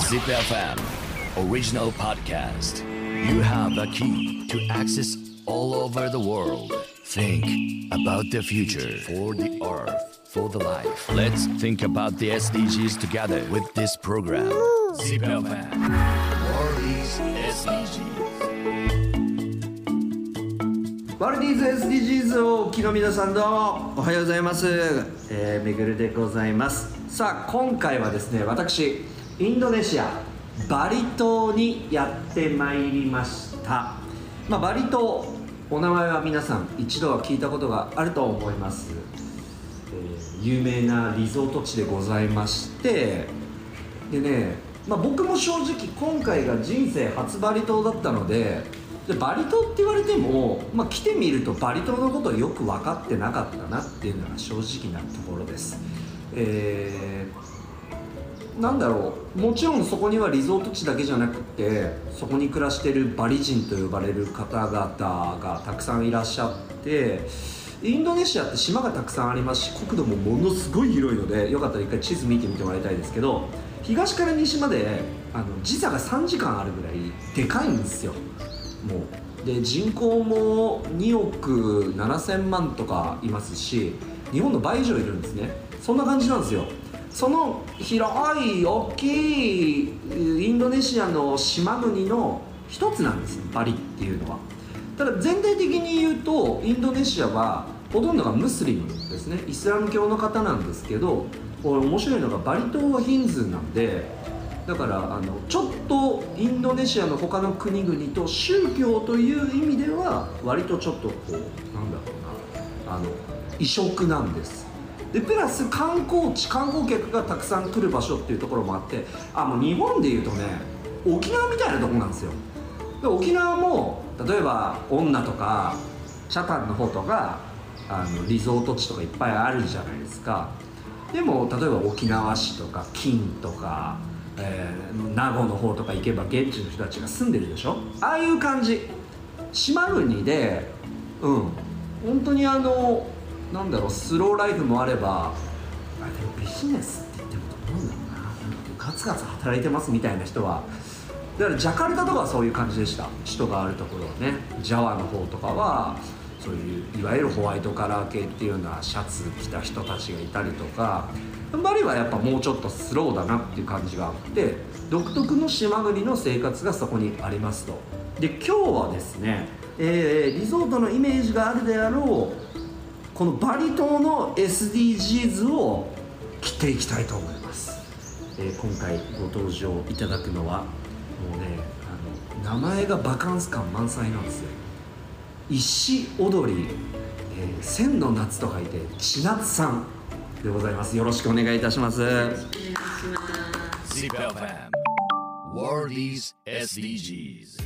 Zip FM Original Podcast. You have a key to access all over the world. Think about the future for the earth, for the life. Let's think about the SDGs together with this program. Zip FM World is SDGs. ワルディーズ SDGs をお聞きの皆さん、どうもおはようございます。めぐるでございます。さあ、今回はですね、私インドネシアバリ島にやってまいりました。バリ島、お名前は皆さん一度は聞いたことがあると思います。有名なリゾート地でございまして、でね、僕も正直今回が人生初バリ島だったので、バリ島って言われても、来てみるとバリ島のことをよく分かってなかったなっていうのが正直なところです。なんだろう、もちろんそこにはリゾート地だけじゃなくて、そこに暮らしているバリ人と呼ばれる方々がたくさんいらっしゃって、インドネシアって島がたくさんありますし、国土もものすごい広いので、よかったら一回地図見てみてもらいたいですけど、東から西まで時差が3時間あるぐらいでかいんですよ。もうで、人口も2億7000万とかいますし、日本の倍以上いるんですね。そんな感じなんですよ。その広い大きいインドネシアの島国の一つなんです、バリっていうのは。ただ全体的に言うと、インドネシアはほとんどがムスリムですね、イスラム教の方なんですけど、面白いのがバリ島はヒンズーなんで、だからちょっとインドネシアの他の国々と宗教という意味では割とちょっと異色なんです。でプラス観光客がたくさん来る場所っていうところもあって、もう日本でいうとね、沖縄みたいなところなんですよ。で沖縄も例えば恩納とか北谷の方とかリゾート地とかいっぱいあるじゃないですか。でも例えば沖縄市とか金とか、名護の方とか行けば現地の人たちが住んでるでしょ。ああいう感じ、島国で、本当になんだろう、スローライフもあれば、でもビジネスって言ってもどうなんだろうな、ガツガツ働いてますみたいな人は、だからジャカルタとかはそういう感じでした。人があるところはね。ジャワの方とかはそういういわゆるホワイトカラー系っていうようなシャツ着た人たちがいたりとか、バリはやっぱもうちょっとスローだなっていう感じがあって、独特の島国の生活がそこにありますと。で今日はですね、リゾートのイメージがあるであろうこのバリ島の SDGs を切っていきたいと思います。今回ご登場いただくのは、もうね、名前がバカンス感満載なんですよ。石踊り、千の夏と書いて千夏さんでございます。よろしくお願いいたします。よろしくお願いします。 Zip FM World is SDGs。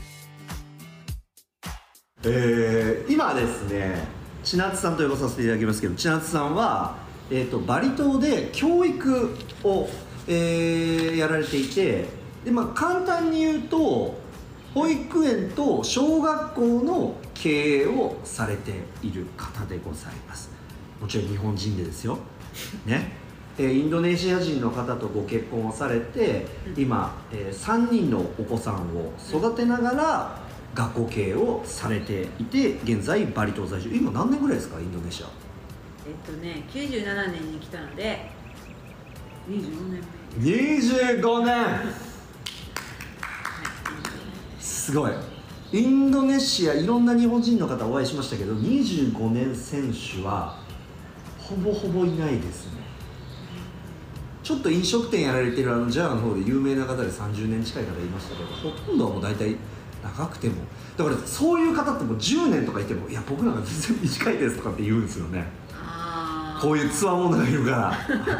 今ですね、千夏さんと呼ばさせていただきますけど、千夏さんは、バリ島で教育を、やられていて、で、簡単に言うと保育園と小学校の経営をされている方でございます。もちろん日本人でですよ、ね。インドネシア人の方とご結婚をされて、今、3人のお子さんを育てながら学校経営をされていて、現在バリ島在住。今何年ぐらいですか、インドネシア。 97年に来たので25年目。25年すごい。インドネシアいろんな日本人の方お会いしましたけど、25年選手はほぼほぼいないですね。ちょっと飲食店やられてるジャワの方で有名な方で30年近い方いましたけど、ほとんどはもう大体長くても、だからそういう方ってもう10年とかいても、いや僕なんか全然短いですとかって言うんですよね。こういうつわものがいるから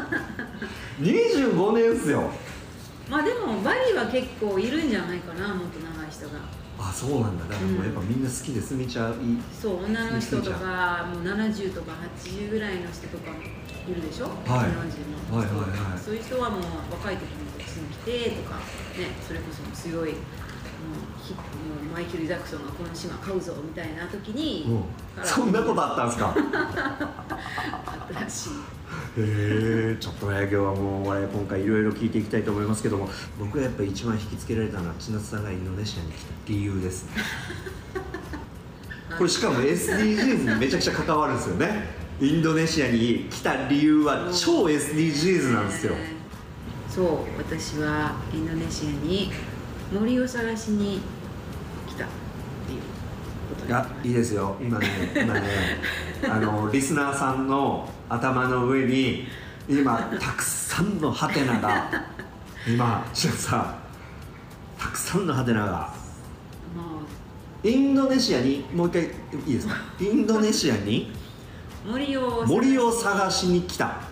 25年ですよ。 でもバリは結構いるんじゃないかな、もっと長い人が。 そうなんだ。だからもうやっぱみんな好きで住みちゃう。 そう、女の人とかもう70とか80ぐらいの人とかいるでしょ。日本人のそういう人はもう若い時にこっちに来てとかね、それこそ強いマイケル・ジャクソンがこの島買うぞみたいな時に、 そんなことあったんですか？ あったらしい。 ちょっとね、今日はもう今回いろいろ聞いていきたいと思いますけども、僕がやっぱり一番引きつけられたのは千夏さんがインドネシアに来た理由ですね。これしかも SDGs にめちゃくちゃ関わるんですよね。インドネシアに来た理由は超 SDGs なんですよ。 そう、私はインドネシアに森を探しに来たっていうことで。 いいですよ。今ねリスナーさんの頭の上に今たくさんのハテナが今千夏さん、たくさんのハテナがインドネシアに、もう一回いいですか？インドネシアに森を探しに来た。はい。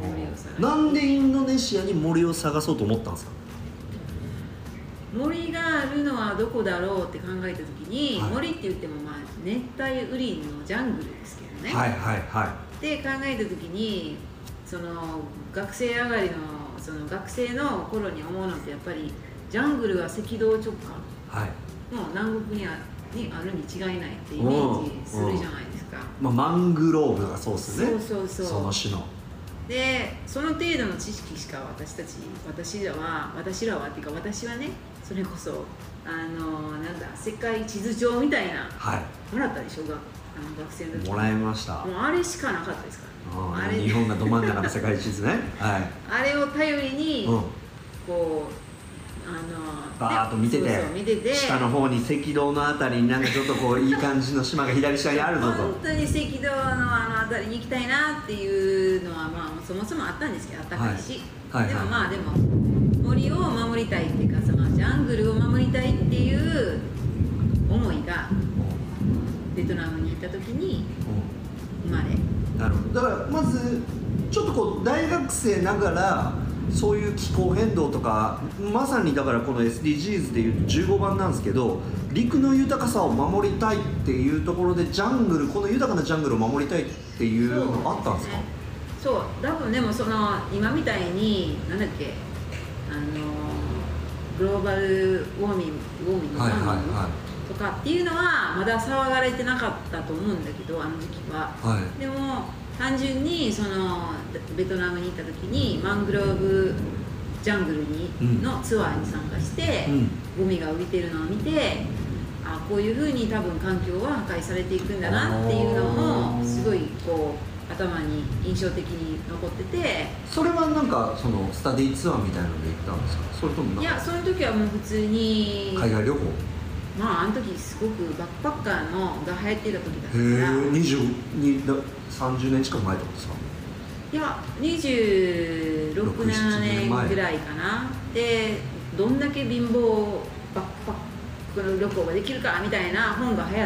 森を探し。なんでインドネシアに森を探そうと思ったんですか？ 森があるのはどこだろうって考えた時に、森って言っても熱帯雨林のジャングルですけどね。 はいはいはい。 って考えた時に、その学生上がりのその学生の頃に思うのってやっぱりジャングルは赤道直下。はい。もう南国にあるに違いないってイメージするじゃないですか。 マングローブがそうですね。 そうその種の。 で、その程度の知識しか私らはっていうか、私はね、それこそ世界地図帳みたいな、もらったでしょ、学生の時。 もらいました。 もうあれしかなかったですから。 あれ日本がど真ん中の世界地図ね。はい。 あれを頼りに、こうバーッと見てて、下の方に赤道のあたりになんかちょっとこういい感じの島が左下にあるぞと。 本当に赤道のあたりに行きたいなっていうのはそもそもあったんですけど、あったかいし、でも森を守りたいっていうか、ジャングルを守りたいっていう思いがベトナムに行った時に生まれ。 なるほど。だからまずちょっとこう大学生ながらそういう気候変動とか、まさにだからこの SDGs でいうと15番なんですけど、陸の豊かさを守りたいっていうところでジャングル、この豊かなジャングルを守りたいっていうのあったんですか？ そう、多分でも今みたいになんだっけ、グローバルウォーミングとかっていうのはまだ騒がれてなかったと思うんだけど、あの時期は。でも単純にベトナムに行った時にマングローブジャングルのツアーに参加して、ゴミが浮いてるのを見て、こういうふうに多分環境は破壊されていくんだなっていうのもすごいこう頭に印象的に残ってて。 それはなんかスタディツアーみたいなので行ったんですか？それともいや、その時はもう普通に海外旅行。 あの時すごくバックパッカーが流行ってた時だったから。 30年近く前ってことですか？ いや、26、7年ぐらいかな。で、どんだけ貧乏バックパックの旅行ができるかみたいな本が流行った。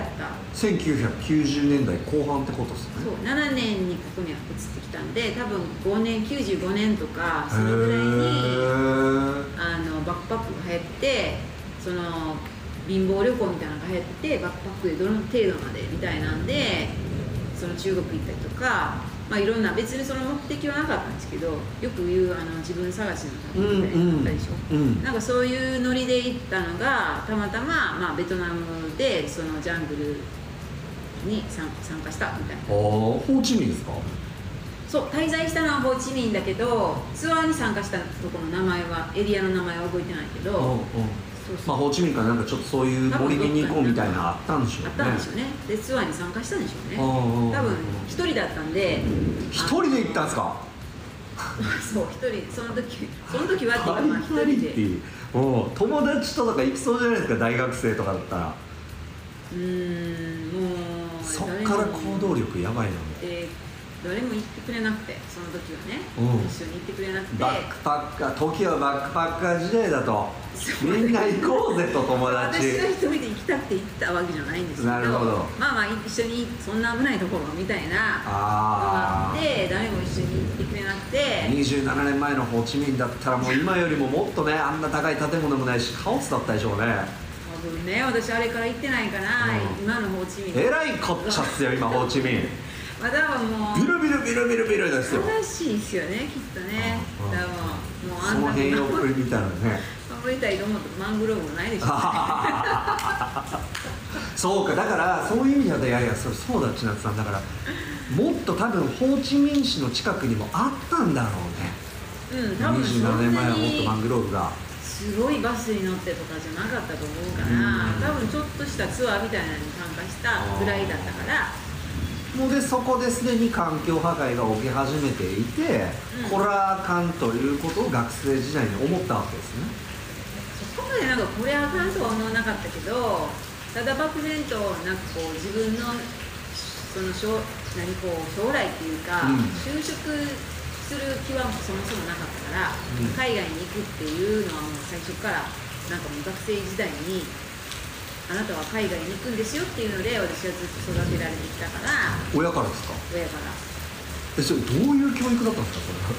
1990年代後半ってことですね。 そう、7年にここに移ってきたんで、多分95年とかそのぐらいにバックパックが流行って、貧乏旅行みたいなのが流行ってて、バックパックでどの程度までみたいなんで中国行ったりとか、いろんな、別にその目的はなかったんですけど、よく言う自分探しの旅みたいなのあったでしょ。なんかそういうノリで行ったのがたまたま、ベトナムでそのジャングルに参加したみたいな。 ホーチミンですか？ そう、滞在したのはホーチミンだけど、ツアーに参加したところの名前は、エリアの名前は覚えてないけど、 ホーチミンからなんかちょっとそういう森見に行こうみたいなのあったんでしょうね。 あったんでしょうね。で、ツアーに参加したんでしょうね。多分一人だったんで。 一人で行ったんですか？ そう、一人。その時はっていうか、一人で。 友達とか行きそうじゃないですか、大学生とかだったら。 もうそっから行動力やばいな。 誰も行ってくれなくて、その時はね、一緒に行ってくれなくて。 バックパッカー、時はバックパッカー時代だとみんな行こうぜと友達。 私が一人で行きたくて行ったわけじゃないんですけど、 なるほど。 一緒にそんな危ないところみたいなのがあって、誰も一緒に行ってくれなくて。 27年前のホーチミンだったらもう今よりももっとね、あんな高い建物もないしカオスだったでしょうね。 多分ね、私あれから行ってないかな、今のホーチミン。 えらいこっちゃっすよ今ホーチミン。 多分もうビルですよ。 正しいですよね、きっとね。 その辺を見たらね。 守りたいと思うとマングローブもないでしょそうか、だからそういう意味だと、いやいや、そうだ、千夏さん、だからもっと多分ホーチミン市の近くにもあったんだろうね。 多分 27年前はもっとマングローブがすごいバスに乗ってとかじゃなかったと思うから、多分ちょっとしたツアーみたいなのに参加したぐらいだったから、 もうでそこですでに環境破壊が起き始めていて、これはあかんということを学生時代に思ったわけですね。 そこまでなんかこれあかんとは思わなかったけど、ただ漠然となんかこう自分のその将来っていうか、就職する気はそもそもなかったから、海外に行くっていうのはもう最初からなんかもう学生時代にあなたは海外に行くんですよっていうので私はずっと育てられてきたから。 親からですか？ 親から。 それどういう教育だったんですか？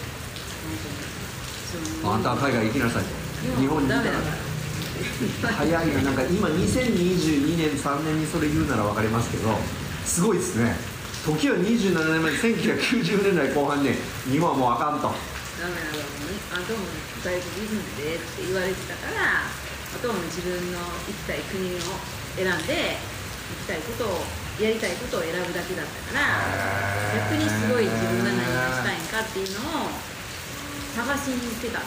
それはあんたは海外行きなさいと。日本にいたら早いな。なんか今2022年3年にそれ言うなら分かりますけど、すごいですね。時は27年前、1990年代後半に日本はもうあかんと。 ダメなのに、あんたも外国人でって言われてたから、あとはもう自分の行きたい国を選んで、行きたいことを、やりたいことを選ぶだけだったから、逆にすごい自分が何がしたいんかっていうのを探しに行ってた。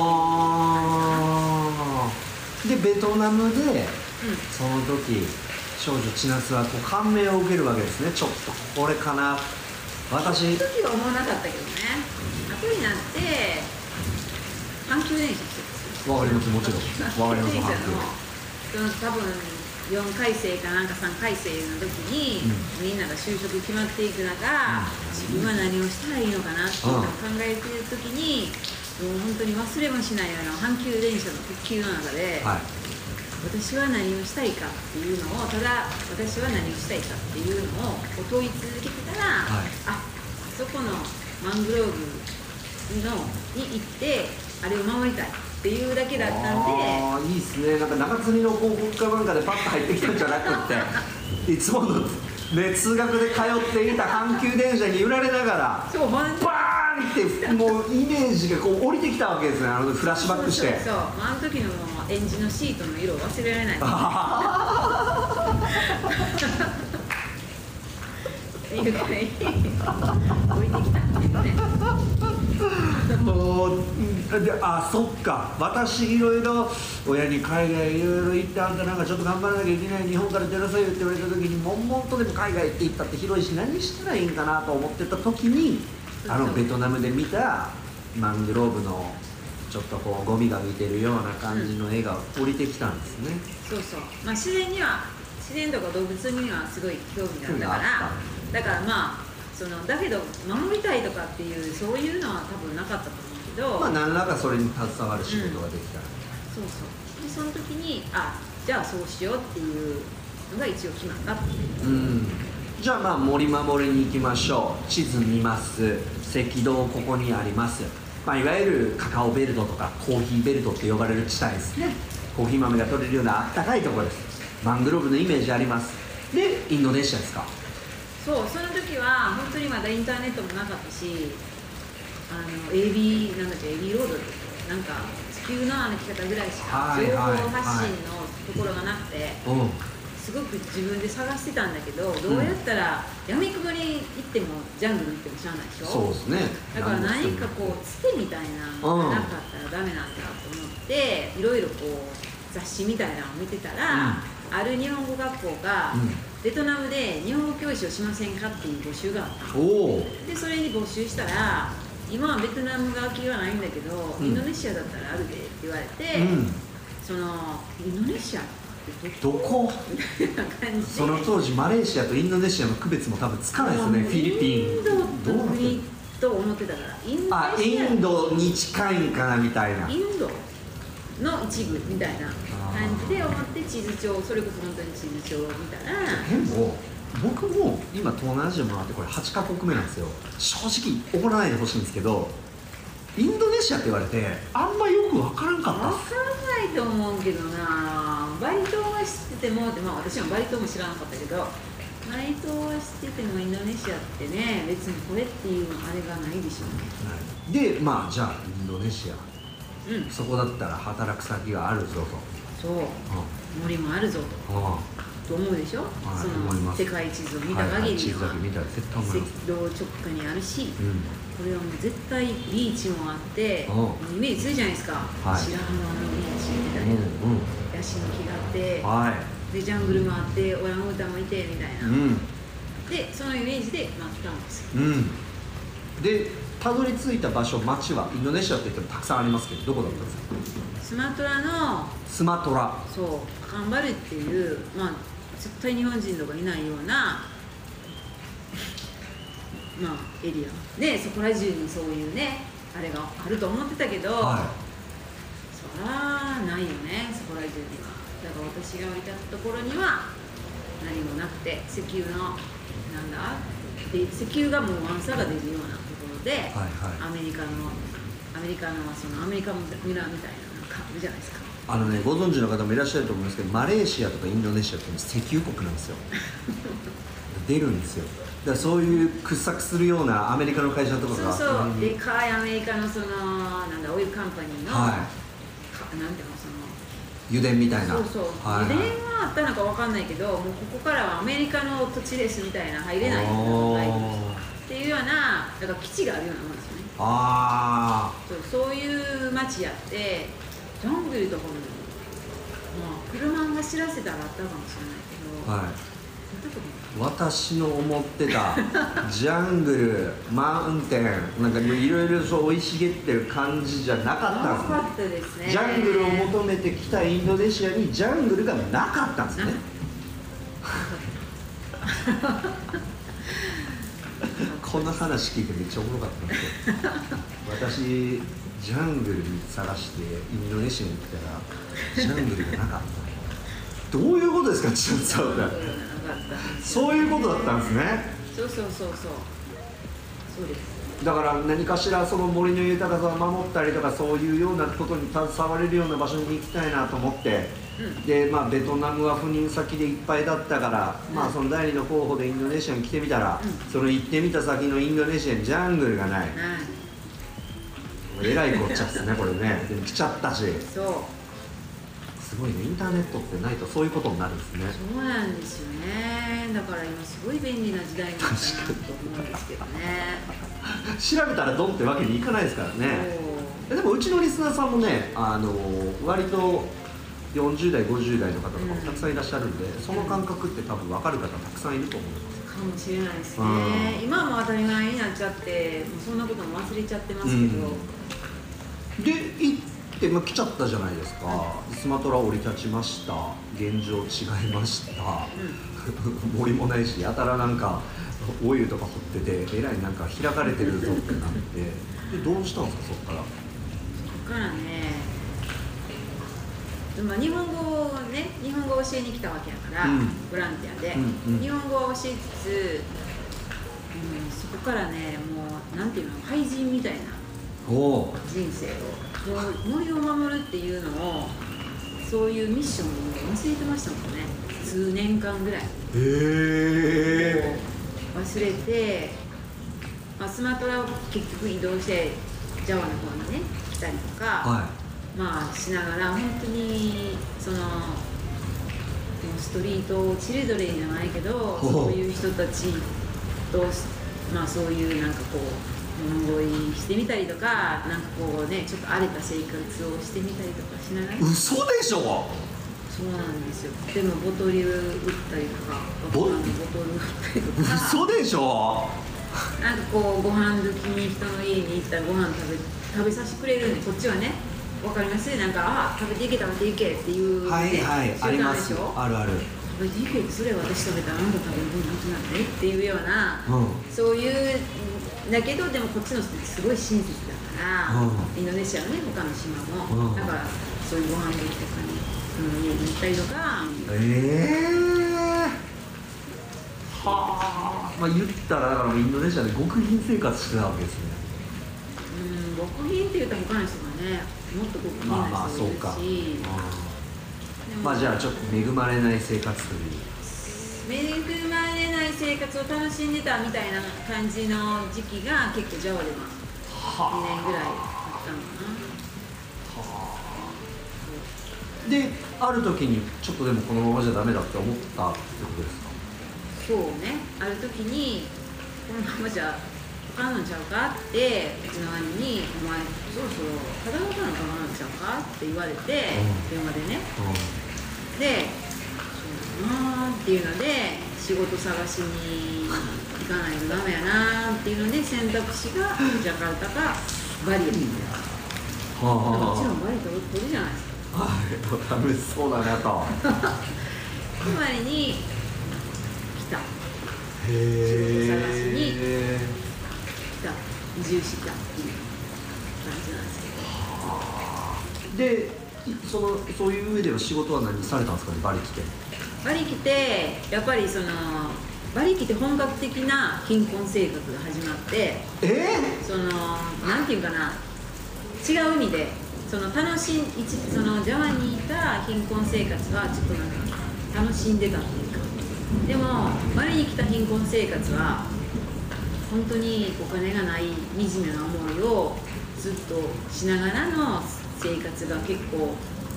で、ベトナムで、その時、少女千夏はこう感銘を受けるわけですね。ちょっとこれかな、私。 その時は思わなかったけどね。後になって阪急電車してた。 わかります、もちろん。わかります。 阪急電車の多分4回生かなんか3回生の時に、みんなが就職決まっていく中、自分は何をしたらいいのかなっていうのを考えている時に、もう本当に忘れもしない阪急電車の特急の中で、私は何をしたいかっていうのを、ただ私は何をしたいかっていうのを問い続けてたら、あそこのマングローブに行ってあれを守りたいっていうだけだったんで。 いいですね。なんか中積みの広告かなんかでパッと入ってきたんじゃなくっていつもの、ね、通学で通っていた阪急電車に揺られながらバーンってもうイメージがこう降りてきたわけですね。フラッシュバックして。 そうあの時の園児のシートの色を忘れられないっていうぐらい降りてきたんですね。 そっか、私いろいろ親に海外いろいろ行って、あんたなんかちょっと頑張らなきゃいけない、日本から出なさいよって言われた時に、悶々とでも海外って行ったって広いし何したらいいんかなと思ってた時に、ベトナムで見たマングローブのちょっとこうゴミが浮いてるような感じの絵が降りてきたんですね。 そうそう、まあ、自然とか動物にはすごい興味があったから、だからまあだけど守りたいとかっていうそういうのは多分なかったと思うけど、 まあ何らかそれに携わる仕事ができた、 そうそう。でその時にじゃあそうしようっていうのが一応決まったっていう。 じゃあまあ森守りに行きましょう。地図見ます。赤道ここにあります。まあ、いわゆるカカオベルトとかコーヒーベルトって呼ばれる地帯ですね。コーヒー豆が取れるようなあったかいところです。マングローブのイメージあります。でインドネシアですか？ そう、その時は本当にまだインターネットもなかったし、AB なんだっけ、AB ロードってなんか地球の歩き方ぐらいしか情報発信のところがなくて、すごく自分で探してたんだけど、どうやったら闇雲に行ってもジャングル行ってもしゃあないでしょ。そうですね。だから何かこうつてみたいなのがなかったらダメなんだと思って、いろいろこう雑誌みたいなのを見てたら、ある日本語学校が、ベトナムで日本語教師をしませんかっていう募集があったの。でそれに募集したら、今はベトナムが空きはないんだけど、インドネシアだったらあるでって言われて、インドネシアどこその当時マレーシアとインドネシアの区別も多分つかないですよね。フィリピンインドの国と思ってたから、 インドに近いんかなみたいな、 インドの一部みたいな感じで思って地図帳、それこそ本当に地図帳を見たら。 でも僕も今東南アジアもあってこれ8カ国目なんですよ。正直怒らないでほしいんですけど、インドネシアって言われてあんまよく分からんかったっす。 分からないと思うけどな。バリ島は知ってても、私もバリ島も知らなかったけど、バリ島は知っててもインドネシアってね、別にこれっていうあれがないでしょうね。 でまあじゃあインドネシアうんそこだったら働く先があるぞと。 そう森もあるぞと思うでしょ、その世界地図を見た限り地図だけ見たら絶対思います。 赤道直下にあるし、 うんこれはもう絶対ビーチもあってもうイメージするじゃないですか、 はい白浜のビーチみたいな、ヤシの木があってはいでジャングルもあってオランウータンもいてみたいな、 うんでそのイメージでまあ来たんですよ。 でたどり着いた場所、町はインドネシアって言ってもたくさんありますけど、どこだったんですか？ スマトラのスマトラ。 そうカンバルっていうまあ絶対日本人とかいないようなまあエリアで、そこら中にそういうねあれがあると思ってたけど、 はそらないよね、そこら中には。だから私が降り立ったところには何もなくて、石油のなんだで石油がもうワンサが出るようなところで、 はいはいアメリカのそのアメリカ村みたいななんかあるじゃないですか。 ご存知の方もいらっしゃると思うんですけど、マレーシアとかインドネシアって石油国なんですよ出るんですよ。だからそういう掘削するようなアメリカの会社とかがそうそうでかいアメリカのそのなんだオイルカンパニーの、 はいなんていうのその油田みたいな。 そうそう、 はい油田はあったのかわかんないけど、もうここからはアメリカの土地ですみたいな入れないっていうようなだから基地があるようなもんですよね。 あそういう街やってジャングルとかも、まあ、車が走らせたらあったかもしれないけど、 あ、はい。 見たことない私の思ってたジャングル、マウンテン、なんかいろいろそう生い茂ってる感じじゃなかったんですね。 なかったですね。 ジャングルを求めてきたインドネシアにジャングルがなかったんですね。この話聞いてめっちゃおもろかったんですよ。私ジャングルに探してインドネシアに行ったらジャングルがなかった。どういうことですか、ちょっとそういうことだったんですね。 そうですだから何かしらその森の豊かさを守ったりとか、そういうようなことに携われるような場所に行きたいなと思って、でまあベトナムは赴任先でいっぱいだったから、まあその第二の候補でインドネシアに来てみたら、その行ってみた先のインドネシアにジャングルがない。えらいこっちゃですねこれね。でも来ちゃったし。 そうすごいね、インターネットってないとそういうことになるんですね。 そうなんですよね。だから今すごい便利な時代になったなと思うんですけどね。 調べたらドンってわけにいかないですからね。でもうちのリスナーさんもね、割と40代50代の方とかもたくさんいらっしゃるんで、その感覚って多分分かる方たくさんいると思います。 かもしれないですね。今はもう当たり前になっちゃってもうそんなことも忘れちゃってますけど、 で行って、来ちゃったじゃないですか。スマトラ降り立ちました。現状違いました、森もないし、やたらなんかオイルとか掘っててえらいなんか開かれてるぞってなって、でどうしたんですか、そっから。 そっからね、まあ、日本語を教えに来たわけやから、ボランティアで、日本語を教えつつ、そこからねもうなんていうの、廃人みたいな人生を、森を守るっていうのを、そういうミッションを忘れてましたもんね、数年間ぐらい。忘れて、スマトラを結局移動してジャワの方にね来たりとか、しながら、本当にそのストリートチルドレンじゃないけど、そういう人たちと、そういうなんかこう物乞いしてみたりとか、なんかこうねちょっと荒れた生活をしてみたりとかしながら。 嘘でしょ。 そうなんですよ。でもボトル売ったりとか、ボトル売ったりとか。 嘘でしょ。 なんかこうご飯時に人の家に行ったらご飯食べさせてくれるんで、こっちはね、わかります？なんか食べていけっていう、ね、 はいあります。あるある。 食べていけって、それ私食べたらあんた食べる分なんてなんでっていうような、そういうだけど、でもこっちの人ってすごい親切だから、インドネシアのね他の島も、だからそういうご飯時とかに家に行ったりとか。 言ったらだからインドネシアで極貧生活してたわけですね。 極貧って言ったら他の人がね、もっと極貧な人いるし、 じゃあちょっと恵まれない生活という。 恵まれない生活を楽しんでたみたいな感じの時期が結構ジャワでは2年ぐらいあったのかな。 である時にちょっとでもこのままじゃダメだって思ったってことですか？ そうね、ある時にこのままじゃあかんのちゃうかってうちの兄に「お前そろそろただのかなんちゃうか?」って言われて、電話でね、で「そうだな」っていうので仕事探しに行かないとダメやなっていうので選択肢がジャカルタかバリやったんです。もちろんバリ取るじゃないですか。 はい、楽しそうだなとつまりに来た、仕事探しに来た、移住したっていう感じなんですけど。 でそういう上では仕事は何されたんですかね？バリ来てやっぱりバリ来て本格的な貧困生活が始まって、なんていうかな、違う意味でジャワにいた貧困生活はちょっとなんか楽しんでたっていうか、でもバリに来た貧困生活は本当にお金がない惨めな思いをずっとしながらの生活が結構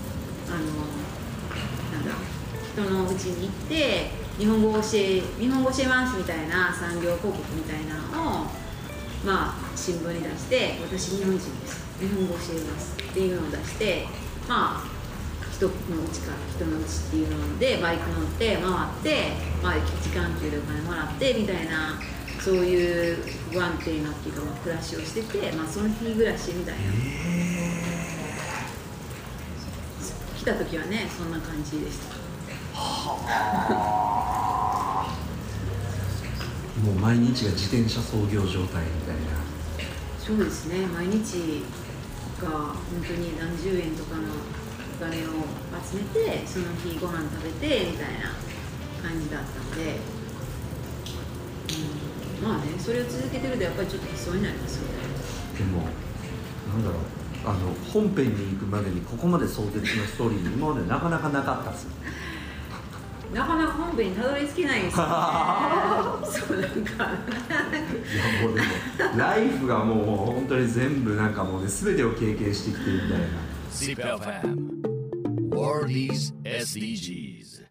人のうちに行って日本語教えますみたいな産業広告みたいなのを新聞に出して、私日本人です日本語教えますっていうのを出して、人のうちっていうのでバイク乗って回って、時間給でお金もらってみたいな、そういう不安定なっていうか、暮らしをしてて、その日暮らしみたいな、来た時はねそんな感じでした。 もう毎日が自転車操業状態みたいな。 そうですね、毎日が本当に何十円とかのお金を集めてその日ご飯食べてみたいな感じだったので、それを続けてるとやっぱりちょっと悲壮になりますよね。 でも本編に行くまでにここまで壮絶なストーリー今までなかなかなかったですよ。 なかなか本編にたどり着けないですよね。そうなんかいやもうでもライフがもう本当に全部なんかもうね全てを経験してきてるみたいな。 ZIPFM World is SDGs